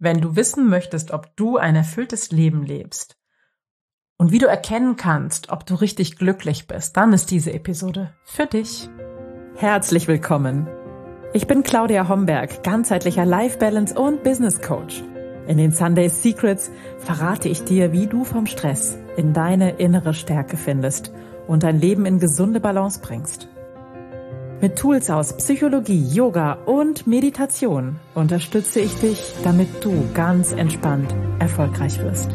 wenn du wissen möchtest, ob du ein erfülltes Leben lebst und wie du erkennen kannst, ob du richtig glücklich bist, dann ist diese Episode für dich. Herzlich willkommen. Ich bin Claudia Homberg, ganzheitlicher Life Balance und Business Coach. In den Sunday Secrets verrate ich dir, wie du vom Stress in deine innere Stärke findest und dein Leben in gesunde Balance bringst. Mit Tools aus Psychologie, Yoga und Meditation unterstütze ich dich, damit du ganz entspannt erfolgreich wirst.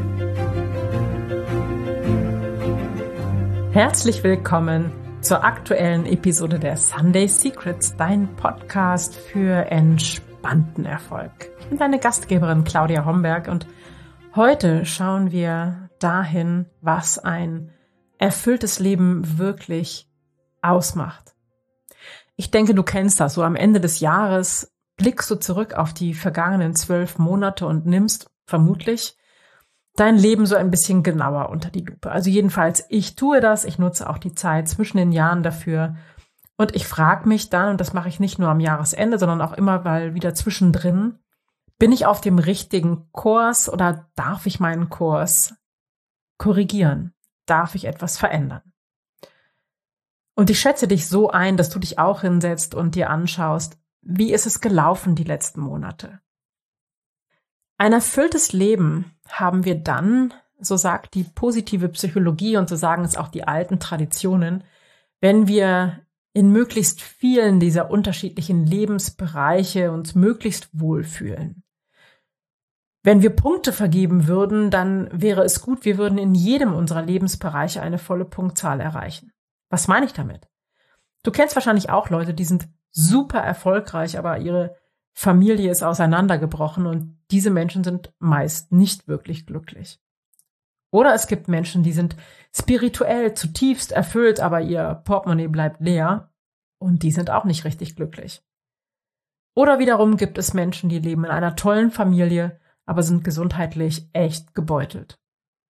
Herzlich willkommen zur aktuellen Episode der Sunday Secrets, dein Podcast für entspannten Erfolg. Ich bin deine Gastgeberin Claudia Homberg und heute schauen wir dahin, was ein erfülltes Leben wirklich ausmacht. Ich denke, du kennst das. So am Ende des Jahres blickst du zurück auf die vergangenen 12 Monate und nimmst vermutlich dein Leben so ein bisschen genauer unter die Lupe. Also jedenfalls, ich tue das. Ich nutze auch die Zeit zwischen den Jahren dafür. Und ich frage mich dann, und das mache ich nicht nur am Jahresende, sondern auch immer mal wieder zwischendrin, bin ich auf dem richtigen Kurs oder darf ich meinen Kurs korrigieren? Darf ich etwas verändern? Und ich schätze dich so ein, dass du dich auch hinsetzt und dir anschaust, wie ist es gelaufen die letzten Monate? Ein erfülltes Leben haben wir dann, so sagt die positive Psychologie und so sagen es auch die alten Traditionen, wenn wir in möglichst vielen dieser unterschiedlichen Lebensbereiche uns möglichst wohlfühlen. Wenn wir Punkte vergeben würden, dann wäre es gut, wir würden in jedem unserer Lebensbereiche eine volle Punktzahl erreichen. Was meine ich damit? Du kennst wahrscheinlich auch Leute, die sind super erfolgreich, aber ihre Familie ist auseinandergebrochen und diese Menschen sind meist nicht wirklich glücklich. Oder es gibt Menschen, die sind spirituell zutiefst erfüllt, aber ihr Portemonnaie bleibt leer und die sind auch nicht richtig glücklich. Oder wiederum gibt es Menschen, die leben in einer tollen Familie, aber sind gesundheitlich echt gebeutelt.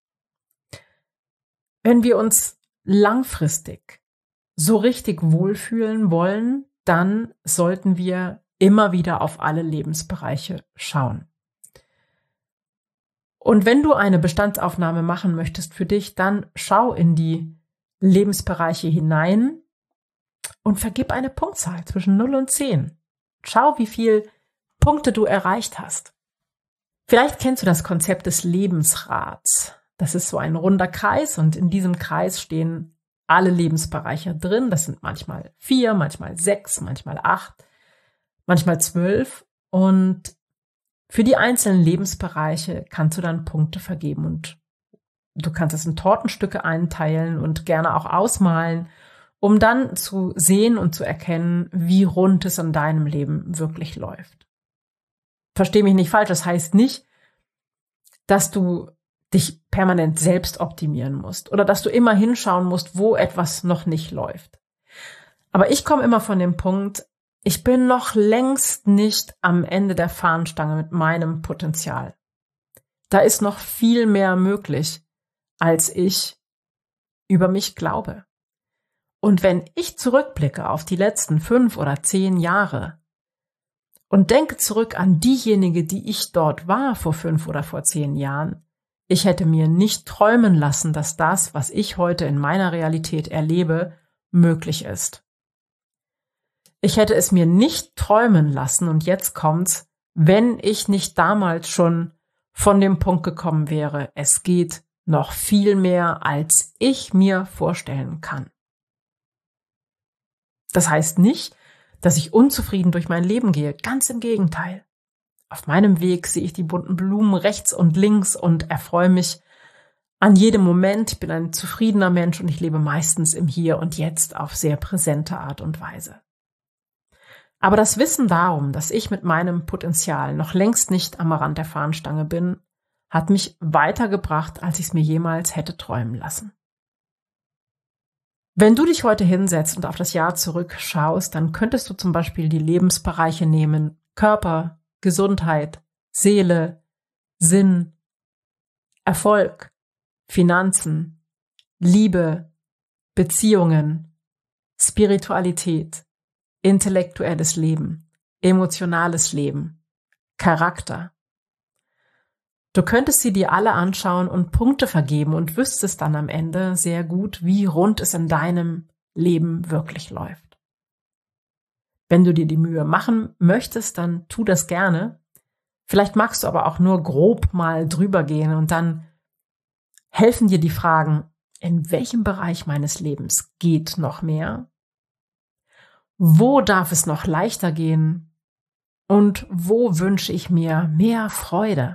Wenn wir uns langfristig so richtig wohlfühlen wollen, dann sollten wir immer wieder auf alle Lebensbereiche schauen. Und wenn du eine Bestandsaufnahme machen möchtest für dich, dann schau in die Lebensbereiche hinein und vergib eine Punktzahl zwischen 0 und 10. Schau, wie viele Punkte du erreicht hast. Vielleicht kennst du das Konzept des Lebensrats. Das ist so ein runder Kreis und in diesem Kreis stehen alle Lebensbereiche drin. Das sind manchmal 4, manchmal 6, manchmal 8, manchmal 12. Und für die einzelnen Lebensbereiche kannst du dann Punkte vergeben. Und du kannst es in Tortenstücke einteilen und gerne auch ausmalen, um dann zu sehen und zu erkennen, wie rund es in deinem Leben wirklich läuft. Versteh mich nicht falsch, das heißt nicht, dass du dich permanent selbst optimieren musst oder dass du immer hinschauen musst, wo etwas noch nicht läuft. Aber ich komme immer von dem Punkt, ich bin noch längst nicht am Ende der Fahnenstange mit meinem Potenzial. Da ist noch viel mehr möglich, als ich über mich glaube. Und wenn ich zurückblicke auf die letzten 5 oder 10 Jahre und denke zurück an diejenige, die ich dort war vor 5 oder vor 10 Jahren, ich hätte mir nicht träumen lassen, dass das, was ich heute in meiner Realität erlebe, möglich ist. Ich hätte es mir nicht träumen lassen, und jetzt kommt's, wenn ich nicht damals schon von dem Punkt gekommen wäre, es geht noch viel mehr, als ich mir vorstellen kann. Das heißt nicht, dass ich unzufrieden durch mein Leben gehe, ganz im Gegenteil. Auf meinem Weg sehe ich die bunten Blumen rechts und links und erfreue mich an jedem Moment. Ich bin ein zufriedener Mensch und ich lebe meistens im Hier und Jetzt auf sehr präsente Art und Weise. Aber das Wissen darum, dass ich mit meinem Potenzial noch längst nicht am Rand der Fahnenstange bin, hat mich weitergebracht, als ich es mir jemals hätte träumen lassen. Wenn du dich heute hinsetzt und auf das Jahr zurückschaust, dann könntest du zum Beispiel die Lebensbereiche nehmen: Körper, Gesundheit, Seele, Sinn, Erfolg, Finanzen, Liebe, Beziehungen, Spiritualität, intellektuelles Leben, emotionales Leben, Charakter. Du könntest sie dir alle anschauen und Punkte vergeben und wüsstest dann am Ende sehr gut, wie rund es in deinem Leben wirklich läuft. Wenn du dir die Mühe machen möchtest, dann tu das gerne. Vielleicht magst du aber auch nur grob mal drüber gehen und dann helfen dir die Fragen, in welchem Bereich meines Lebens geht noch mehr? Wo darf es noch leichter gehen? Und wo wünsche ich mir mehr Freude?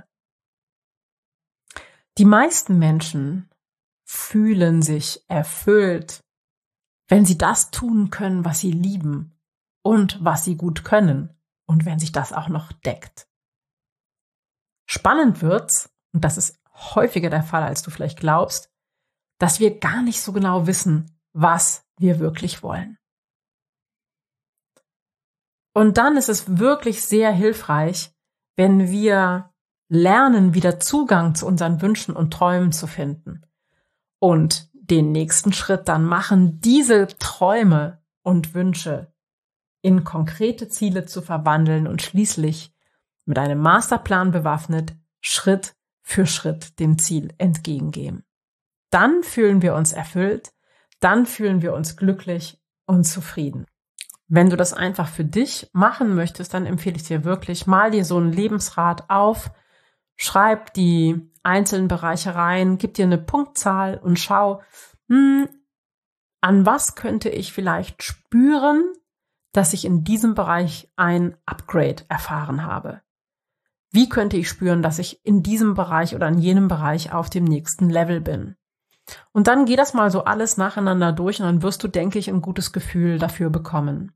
Die meisten Menschen fühlen sich erfüllt, wenn sie das tun können, was sie lieben und was sie gut können und wenn sich das auch noch deckt. Spannend wird's, und das ist häufiger der Fall, als du vielleicht glaubst, dass wir gar nicht so genau wissen, was wir wirklich wollen. Und dann ist es wirklich sehr hilfreich, wenn wir lernen, wieder Zugang zu unseren Wünschen und Träumen zu finden und den nächsten Schritt dann machen, diese Träume und Wünsche in konkrete Ziele zu verwandeln und schließlich mit einem Masterplan bewaffnet Schritt für Schritt dem Ziel entgegengehen. Dann fühlen wir uns erfüllt, dann fühlen wir uns glücklich und zufrieden. Wenn du das einfach für dich machen möchtest, dann empfehle ich dir wirklich, mal dir so ein Lebensrad auf, schreib die einzelnen Bereiche rein, gib dir eine Punktzahl und schau, an was könnte ich vielleicht spüren, dass ich in diesem Bereich ein Upgrade erfahren habe. Wie könnte ich spüren, dass ich in diesem Bereich oder in jenem Bereich auf dem nächsten Level bin? Und dann geh das mal so alles nacheinander durch und dann wirst du, denke ich, ein gutes Gefühl dafür bekommen.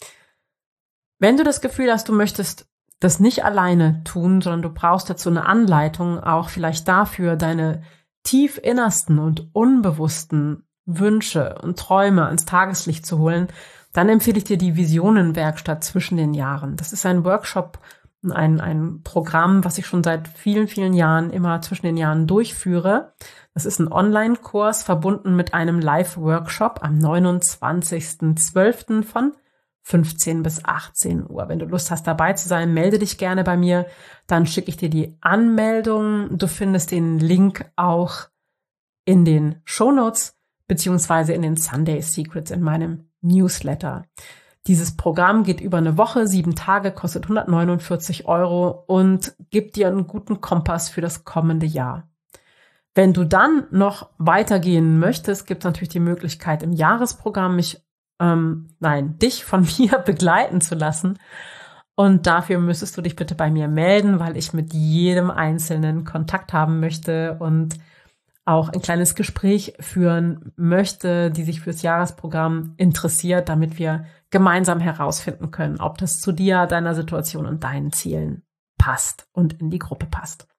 Wenn du das Gefühl hast, du möchtest das nicht alleine tun, sondern du brauchst dazu eine Anleitung, auch vielleicht dafür, deine tief innersten und unbewussten Wünsche und Träume ans Tageslicht zu holen, dann empfehle ich dir die Visionenwerkstatt zwischen den Jahren. Das ist ein Workshop, ein Programm, was ich schon seit vielen, vielen Jahren immer zwischen den Jahren durchführe. Das ist ein Online-Kurs verbunden mit einem Live-Workshop am 29.12. von 15 bis 18 Uhr. Wenn du Lust hast, dabei zu sein, melde dich gerne bei mir. Dann schicke ich dir die Anmeldung. Du findest den Link auch in den Shownotes beziehungsweise in den Sunday Secrets in meinem Newsletter. Dieses Programm geht über eine Woche, 7 Tage, kostet 149 € und gibt dir einen guten Kompass für das kommende Jahr. Wenn du dann noch weitergehen möchtest, gibt es natürlich die Möglichkeit, im Jahresprogramm dich von mir begleiten zu lassen. Und dafür müsstest du dich bitte bei mir melden, weil ich mit jedem Einzelnen Kontakt haben möchte und auch ein kleines Gespräch führen möchte, die sich fürs Jahresprogramm interessiert, damit wir gemeinsam herausfinden können, ob das zu dir, deiner Situation und deinen Zielen passt und in die Gruppe passt.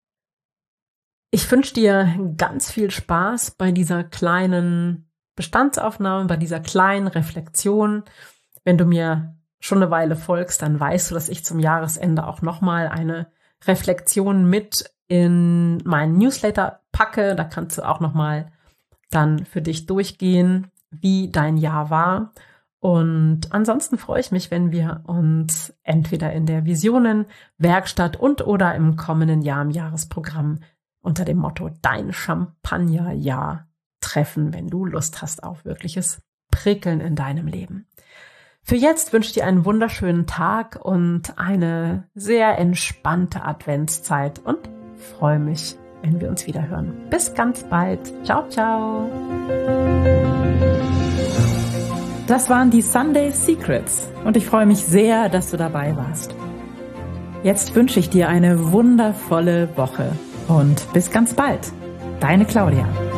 Ich wünsche dir ganz viel Spaß bei dieser kleinen Bestandsaufnahme, bei dieser kleinen Reflexion. Wenn du mir schon eine Weile folgst, dann weißt du, dass ich zum Jahresende auch nochmal eine Reflexion mit in meinen Newsletter packe. Da kannst du auch nochmal dann für dich durchgehen, wie dein Jahr war. Und ansonsten freue ich mich, wenn wir uns entweder in der Visionen-Werkstatt und/oder im kommenden Jahr im Jahresprogramm unter dem Motto Dein Champagnerjahr treffen, wenn du Lust hast auf wirkliches Prickeln in deinem Leben. Für jetzt wünsche ich dir einen wunderschönen Tag und eine sehr entspannte Adventszeit und freue mich, wenn wir uns wieder hören. Bis ganz bald. Ciao, ciao. Das waren die Sunday Secrets und ich freue mich sehr, dass du dabei warst. Jetzt wünsche ich dir eine wundervolle Woche und bis ganz bald. Deine Claudia.